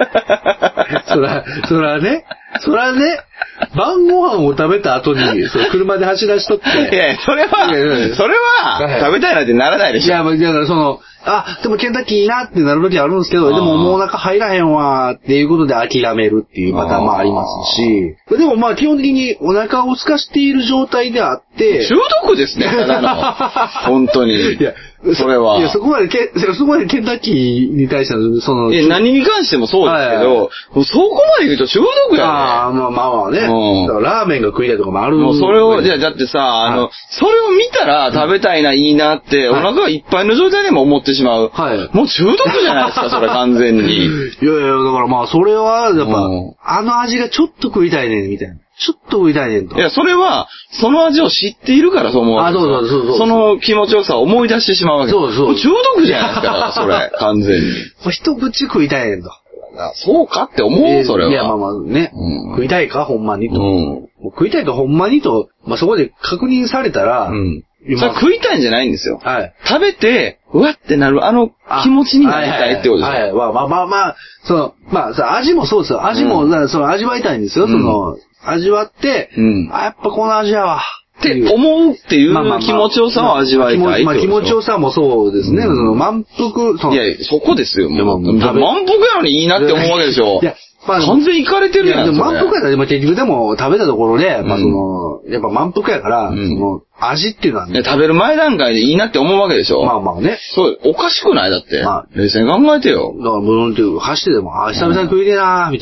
そらね、晩ご飯を食べた後に、車で走らしとって。 いや、それは、食べたいなんてならないでしょ。 いや、だからでもケンタッキーいいなってなる時あるんですけど、でももうお腹入らへんわっていうことで諦めるっていうパターンもありますし、でもまあ基本的にお腹を空かしている状態であって、 中毒ですね、本当に。いや、それは。 いや、そこまでケンタッキーに対しての、 いや、何に関してもそうですけど、そこまで言うと中毒やね。 まあね。だからラーメンが食いたいとかもある。 もうそれを、だってさ、それを見たら食べたいな、いいなって、お腹がいっぱいの状態でも思ってしまう。もう中毒じゃないですか、それ完全に。いや、 だからまあ、それは、やっぱ、味がちょっと食いたいねん、みたいな。ちょっと食いたいねんと。 いや、それは、その味を知っているからそう思うわけですよ。 そう。 その気持ちよさを思い出してしまうわけです。そう。中毒じゃないですか、それ、完全に。 一口食いたいねんと。 そうかって思うそれは。 いや、まあね。食いたいか、ほんまにと。食いたいか、ほんまにと、まあそこで確認されたら、 それ食いたいんじゃないんですよ。食べて、うわってなる、気持ちになりたいってことですよ。まあ、味もそうですよ。味も、味わいたいんですよ。味わって、やっぱこの味やわ。 って思うっていう気持ちよさを味わいたい。 気持ちよさもそうですね。満腹。 いや、そこですよ。満腹やのにいいなって思うわけでしょ。完全に行かれてるやん。 でも満腹やったら、結局でも食べたところで、やっぱ満腹やから、味っていうのはね。 食べる前段階でいいなって思うわけでしょ。 まあね。 そう、おかしくないだって。冷静に考えてよ。 だから、走ってでも、久々に食いてえなーみたいな。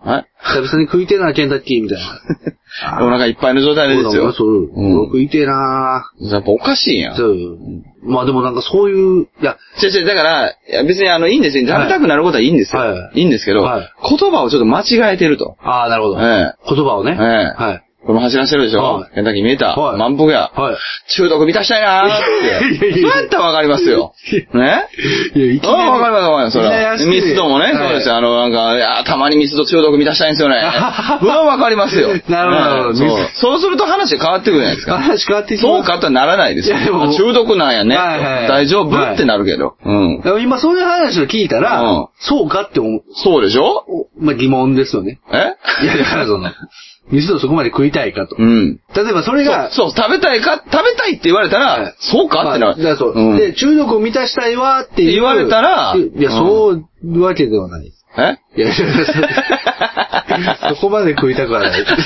久々に食いてえな、ケンタッキーみたいな。 お腹いっぱいの状態でですよ。 そう。食いてえな。 やっぱおかしいやん。 そう。まあでもなんかそういう、いや。 だから、別にいいんですよ。食べたくなることはいいんですよ。いいんですけど、言葉をちょっと間違えてると。 ああ、なるほど。言葉をね。 はい。これも走らせてるでしょ。ケンタッキー見えた。満腹や。中毒満たしたいなーって。そうやったらわかりますよ。ね。いや、わかります。それは。ミスドもね、そうですよ。たまにミスド中毒満たしたいんですよね。わかりますよ。 なるほど。 そうすると話変わってくるじゃないですか。 話変わってきそうかとはならないですよ。中毒なんやね。大丈夫ってなるけど。 今そういう話を聞いたら、そうかって思う。 そうでしょ？ まあ疑問ですよね。いや、だからミスドそこまで食いたいかと。例えばそれが。 そう、食べたいって言われたら、そうかってなる。 そう。で、中毒を満たしたいわって言われたら、 いや、そういうわけではない。いや、そこまで食いたくはない。いや、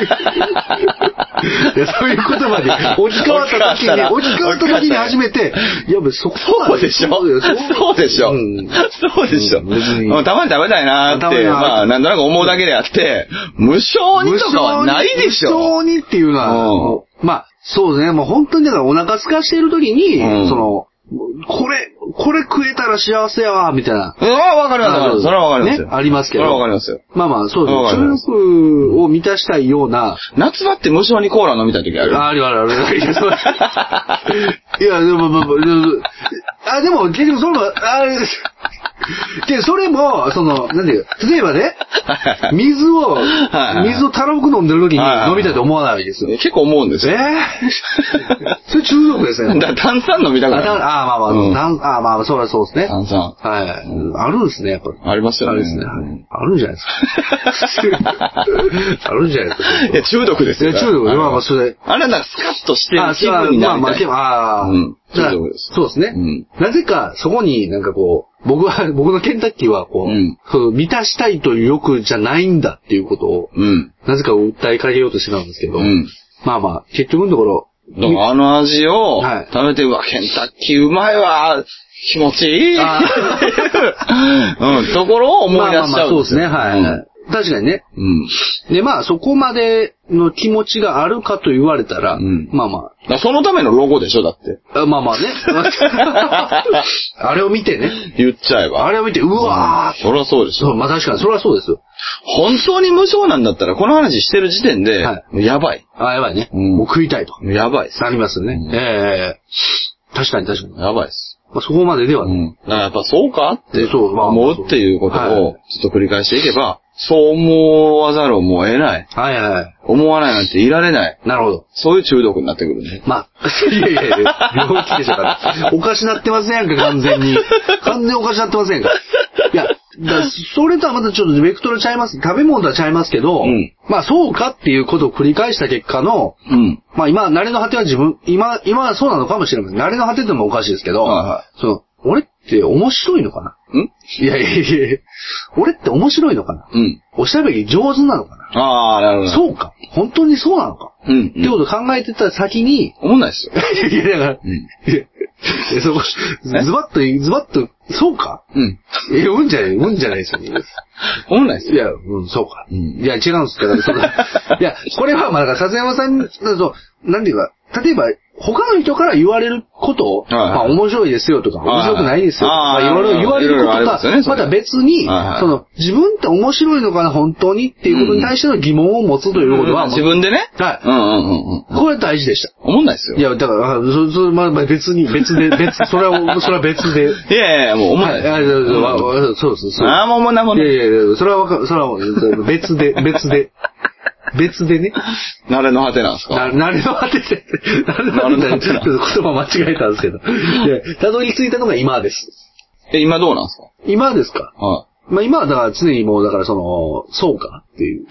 そういう言葉に置き換わった時に初めて、いや、そこそうでしょ。そうでしょ。たまに食べたいなーって、まあ、なんとなく思うだけであって、無性にとかはないでしょ。 無性にっていうのは、まあ、そうですね。もう本当にだからお腹空かしている時に、これ食えたら幸せやわ、みたいな。 わかります。それはわかりますよ。 ありますけど。 それはわかりますよ。 まあまあ、そうですね。中毒を満たしたいような。 夏場って無性にコーラ飲みたい時ある？ ある。いや、でも、でも、結局それも、なんていう、例えばね、水をたらふく飲んでる時に飲みたいと思わないわけですよ。 結構思うんですよ。 それ中毒ですね。 炭酸飲みたくなる。 まあ、そうですね。 炭酸。 あるんですね、やっぱり。 ありますよね。 あるんですね。あるんじゃないですか。あるんじゃないですか。 いや、中毒ですよ。 中毒。まあ、それ。 あれなんかスカッとしてる気分になりたい。中毒です。 そうですね。なぜか、そこになんか僕のケンタッキーは満たしたいという欲じゃないんだっていうことを、なぜか訴えかけようとしてたんですけど、まあまあ、結局のところ、 あの味を食べて、うわ、ケンタッキーうまいわ、気持ちいいところを思い出しちゃうんですよ。 そうですね、はい。確かにね。で、まあ、そこまでの気持ちがあるかと言われたら、まあまあ。そのためのロゴでしょ、だって。 まあまあね。あれを見てね。 言っちゃえば。 あれを見て、うわー。 そりゃそうでしょ。 まあ確かに、それはそうですよ。 本当に無償なんだったら、この話してる時点で、やばい。 やばいね。もう食いたいと。 やばい。 なりますよね。確かに。 やばいです。 そこまでではね。だからやっぱそうかって思うっていうことを、ちょっと繰り返していけば、そう思わざるをもう得ない。思わないなんていられない。 なるほど。 そういう中毒になってくるね。 まあ、いや、病気でしょから。おかしなってませんか、完全に。完全におかしなってませんか。いや、それとはまたちょっとベクトルちゃいます。食べ物とはちゃいますけど、まあそうかっていうことを繰り返した結果の、まあ今、慣れの果ては今はそうなのかもしれません。慣れの果てでもおかしいですけど、俺って面白いのかな？いや、俺って面白いのかな？おしゃべり上手なのかな？ なるほど。 そうか。本当にそうなのか。ってことを考えてた先に。 思んないですよ。 いや、だから、そこ、ズバッと、そうか？うんじゃないですよね。 思んないですよ。 いや、そうか。いや、違うんですけど、いや、これは、まあ、だから、笹山さんだと、なんていうか、例えば、他の人から言われることまあ、面白いですよとか、面白くないですよとか、言われることが、また別に、自分って面白いのかな、本当にっていうことに対しての疑問を持つということは、 自分でね。 これ大事でした。 思んないですよ。 いや、だから、まあ、別で、それは別で。 いや、もう思んない。 そうです。 もうなもんね。 いや、それは別で。別でね。 慣れの果てなんですか？ 慣れの果てって、言葉間違えたんですけど。いや、たどり着いたのが今です。 今どうなんですか？ 今ですか？まあ今はだから常にもうだからそうかっていう。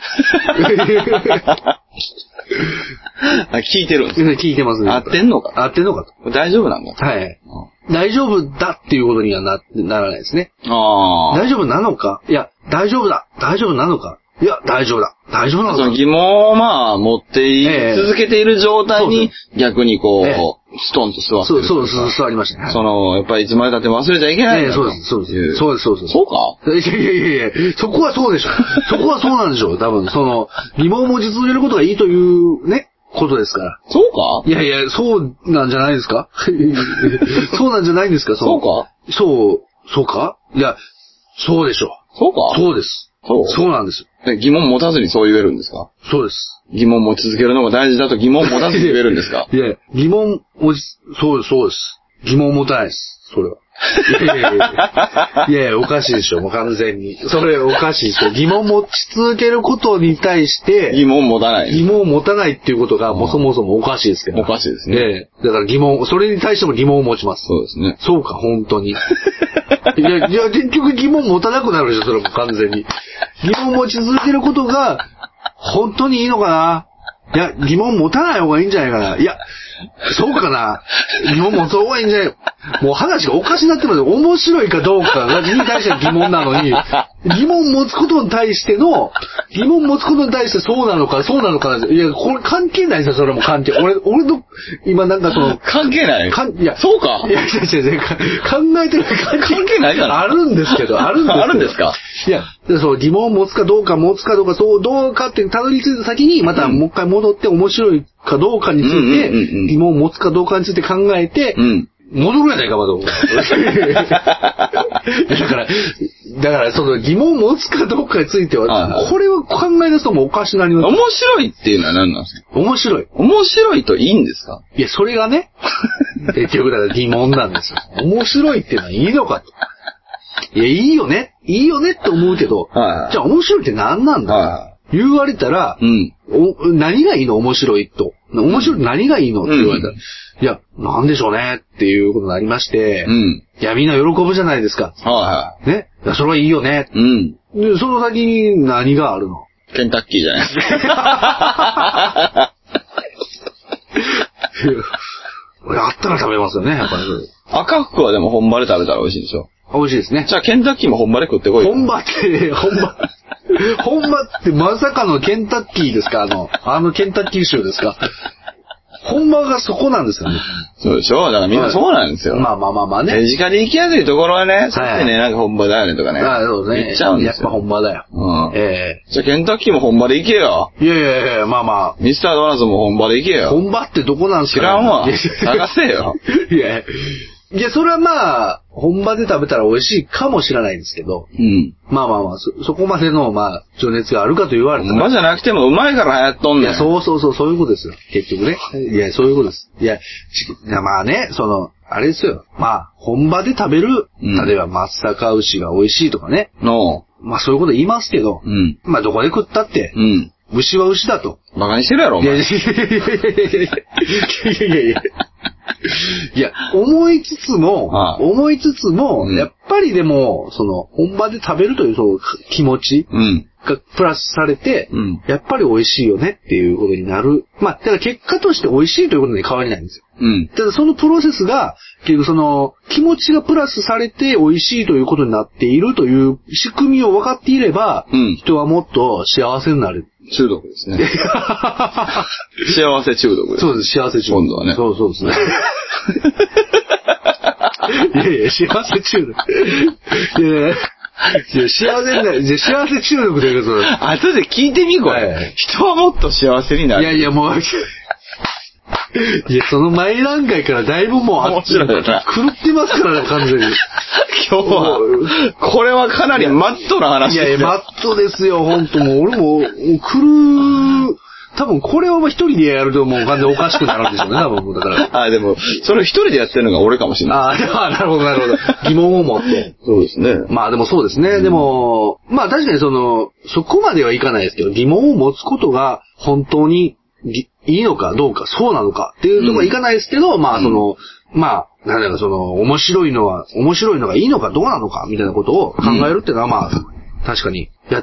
聞いてるんですか？ 聞いてますね。 合ってんのか？ 合ってんのかと。 大丈夫なんだ。 はい。大丈夫だっていうことにはならないですね。大丈夫なのか？いや、大丈夫なのか？いや、大丈夫なのか？ その疑問を持って続けている状態に逆にストンと座ってる。 そう、座りましたね。 やっぱりいつまで経っても忘れちゃいけない。 そうです。そうか？いや、そこはそうでしょ。そこはそうなんでしょう。多分、疑問を持ち続けることがいいというね、ことですから。 そうか？ いや、そうなんじゃないですか？そうなんじゃないんですか？ そうか？ そうか？いや、そうでしょう。 そうか？ そうです。そうなんです。 疑問持たずにそう言えるんですか？ そうです。 疑問持ち続けるのが大事だと疑問持たずに言えるんですか？ いや、そうです。疑問持たないです。それは。いや、おかしいでしょ、もう完全に。それおかしいですよ。疑問持ち続けることに対して、 疑問持たないっていうことが、もうそもそもおかしいですけど。 おかしいですね。 だからそれに対しても疑問を持ちます。 そうですね。 そうか、本当に。いや、結局疑問持たなくなるでしょ、それも完全に。疑問持ち続けることが、本当にいいのかな？いや、疑問持たない方がいいんじゃないかな。いや、そうかな。疑問持つ方がいいんじゃない。もう話がおかしになってますよ。面白いかどうかに対しては疑問なのに、疑問持つことに対してそうなのか、いや、これ関係ないですよ、それも関係。俺の、今なんか関係ない。 いや、 そうか。 いや、考えてる関係ないから。 あるんですけど。 あるんですか。 いや、疑問を持つかどうか、そうどうかってたどり着いた先に、またもう一回戻って面白いかどうかについて、疑問を持つかどうかについて考えて、戻るやないか、まだ。だから、疑問を持つかどうかについては、これを考え出すともおかしなります。 面白いっていうのは何なんですか？ 面白いといいんですか？いや、それがね、結局だから疑問なんですよ。面白いっていうのはいいのかと。いや、いいよねって思うけど、じゃあ面白いって何なんだ言われたら、何がいいの？面白いと。面白い何がいいのって言われたら、いや、なんでしょうねっていうことになりまして、いや、みんな喜ぶじゃないですか。ね。いや、それはいいよね。で、その先に何があるの？ ケンタッキーじゃないですか。 あったら食べますよね、やっぱり。 赤福はでも本場で食べたら美味しいでしょ。 美味しいですね。 じゃあケンタッキーも本場で食ってこいよ。 本場ってまさかのケンタッキーですか？ケンタッキー州ですか？本場がそこなんですよね。 そうでしょ？だからみんなそうなんですよ。 まあね。 手近で行きやすいところはね、そうやってね、なんか本場だよねとかね。 そうね。 言っちゃうんですよ。 やっぱ本場だよ。 じゃあケンタッキーも本場で行けよ。 いや、まあ。 ミスタードーナツも本場で行けよ。 本場ってどこなんですか？ 知らんわ。探せよ。 いや、それはまあ、本場で食べたら美味しいかもしれないんですけど。まあ、そこまでの、情熱があるかと言われたら。 本場じゃなくてもうまいから流行っとんねん。 いや、そういうことですよ。結局ね。いや、そういうことです。いや、まあね、あれですよ。本場で食べる、例えば松阪牛が美味しいとかね。そういうこと言いますけど、どこで食ったって、牛は牛だと。 馬鹿にしてるやろ、お前。 いや、思いつつも、やっぱりでも、本場で食べるという気持ちがプラスされて、やっぱり美味しいよねっていうことになる。だから結果として美味しいということに変わりないんですよ。ただそのプロセスが、結局気持ちがプラスされて美味しいということになっているという仕組みを分かっていれば、人はもっと幸せになる。 中毒ですね。幸せ中毒です。 そうです、幸せ中毒。 今度はね。 そうですね。いや、幸せ中毒。幸せ中毒ということ。 後で聞いてみこれ。人はもっと幸せになる。 いや、もう、その前段階からだいぶもう、 面白いな。 狂ってますからね、完全に。 今日は、これはかなりマットな話ですよ。 いや、マットですよ、ほんともう、俺も、多分これを一人でやるともう完全におかしくなるんでしょうね、多分もうだから。 でも、それを一人でやってるのが俺かもしれない。 なるほど。疑問を持って。 そうですね。 でもそうですね。でも、確かにそこまではいかないですけど、疑問を持つことが本当にいいのかどうか、そうなのかっていうところはいかないですけど、なんだか面白いのがいいのかどうなのかみたいなことを考えるっていうのは確かにやって、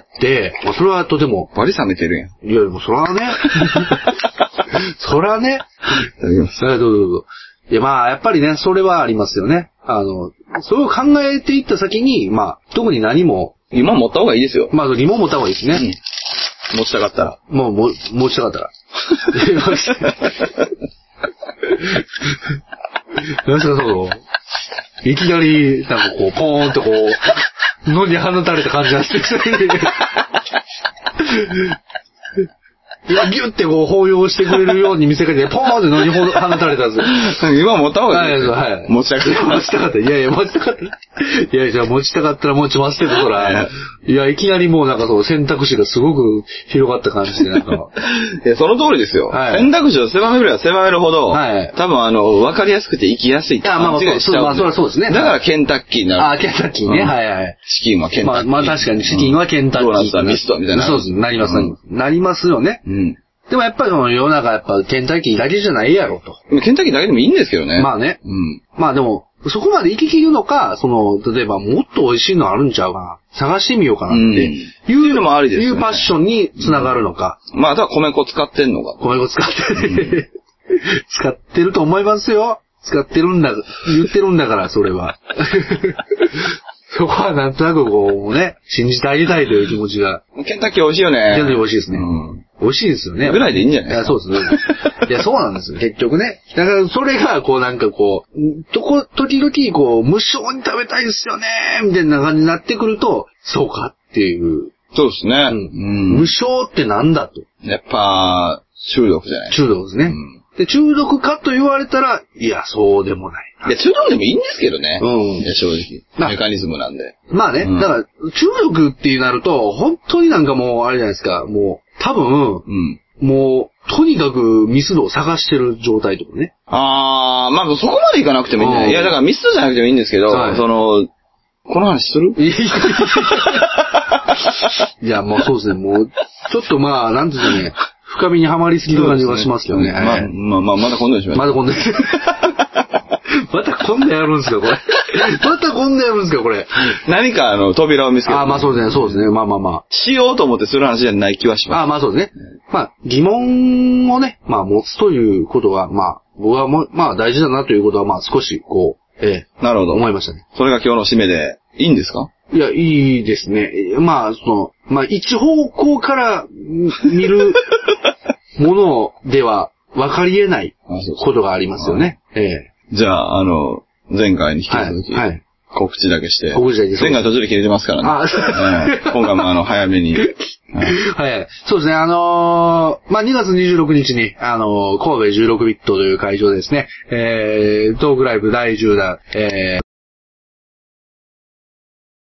それはとても。 バリ冷めてるやん。 いや、もうそれはね。それはね。どうぞ。いや、やっぱりね、それはありますよね。それを考えていった先に、特に何も。 今持った方がいいですよ。 疑問持った方がいいですね。 持ちたかったら。 持ちたかったら。 なんすか、いきなり、なんかこう、ポーンとこう、野に放たれた感じがして、いや、ギュってこう、抱擁してくれるように見せかけて、ポーンって野に放たれたんですよ。 今持った方がいいですよ。 はい。 持ちたかった。 持ちたかった。いや、持ちたかった。いや、じゃあ持ちたかったら持ちますけど、ほら。いや、いきなりもうなんか選択肢がすごく広がった感じで、なんか。 いや、その通りですよ。はい、選択肢を狭めれば狭めるほど、はい、多分わかりやすくて生きやすいって勘違いしちゃう。 まあ、それはそうですね。 だからケンタッキーになる。 ケンタッキーね。はいはい。 チキンはケンタッキー。 まあ確かにチキンはケンタッキー。 ドーナツはミストみたいな。 そうです。なります。なりますよね。でもやっぱり世の中やっぱケンタッキーだけじゃないやろと。 ケンタッキーだけでもいいんですけどね。 まあね。まあでも、そこまで行き切るのか、例えばもっと美味しいのあるんちゃうかな。探してみようかなっていうのもありですね。いうパッションにつながるのか。 まあ、あとは米粉使ってんのか。 米粉使ってる。使ってると思いますよ。使ってるんだ、言ってるんだから、それは。そこはなんとなくこうね、信じてあげたいという気持ちが。 ケンタッキー美味しいよね。 ケンタッキー美味しいですね。美味しいですよね。 ぐらいでいいんじゃないですか。 そうですね。いや、そうなんですよ。結局ね。だからそれがこうなんかこう、時々こう、無償に食べたいですよね、みたいな感じになってくると、そうかっていう。 そうですね。 無償ってなんだと。 やっぱ、中毒じゃない中毒ですね。で、中毒かと言われたら、いや、そうでもない。 いや、中毒でもいいんですけどね。いや、正直。メカニズムなんで。 まあね、だから、中毒ってなると、本当になんかもう、あれじゃないですか、もう、多分、もう、とにかくミスドを探してる状態とかね。 まあ、そこまでいかなくてもいいんじゃない？いや、だからミスドじゃなくてもいいんですけど、この話する？ いや、もうそうですね、もう、ちょっとまあ、なんていうんですかね、深みにはまりすぎる感じがしますけどね。 まだ今度にしましょう。 まだ今度に。また今度やるんですか、これ。また今度やるんですか、これ。 何か扉を見つけて。 まあそうですね、そうですね。まあ。 しようと思ってする話じゃない気はします。 まあそうですね。まあ、疑問をね、まあ持つということが、まあ、僕はまあ大事だなということは、まあ少し、こう、 なるほど。 思いましたね。 それが今日の締めで、いいんですか？ いや、いいですね。まあ、一方向から見るものでは分かり得ないことがありますよね。 じゃあ、前回に引き続き、告知だけして。 告知だけして。 前回途中で切れてますからね。今回も早めに。 はい。そうですね、まあ、2月26日に、神戸16ビットという会場でですね、トークライブ第10弾、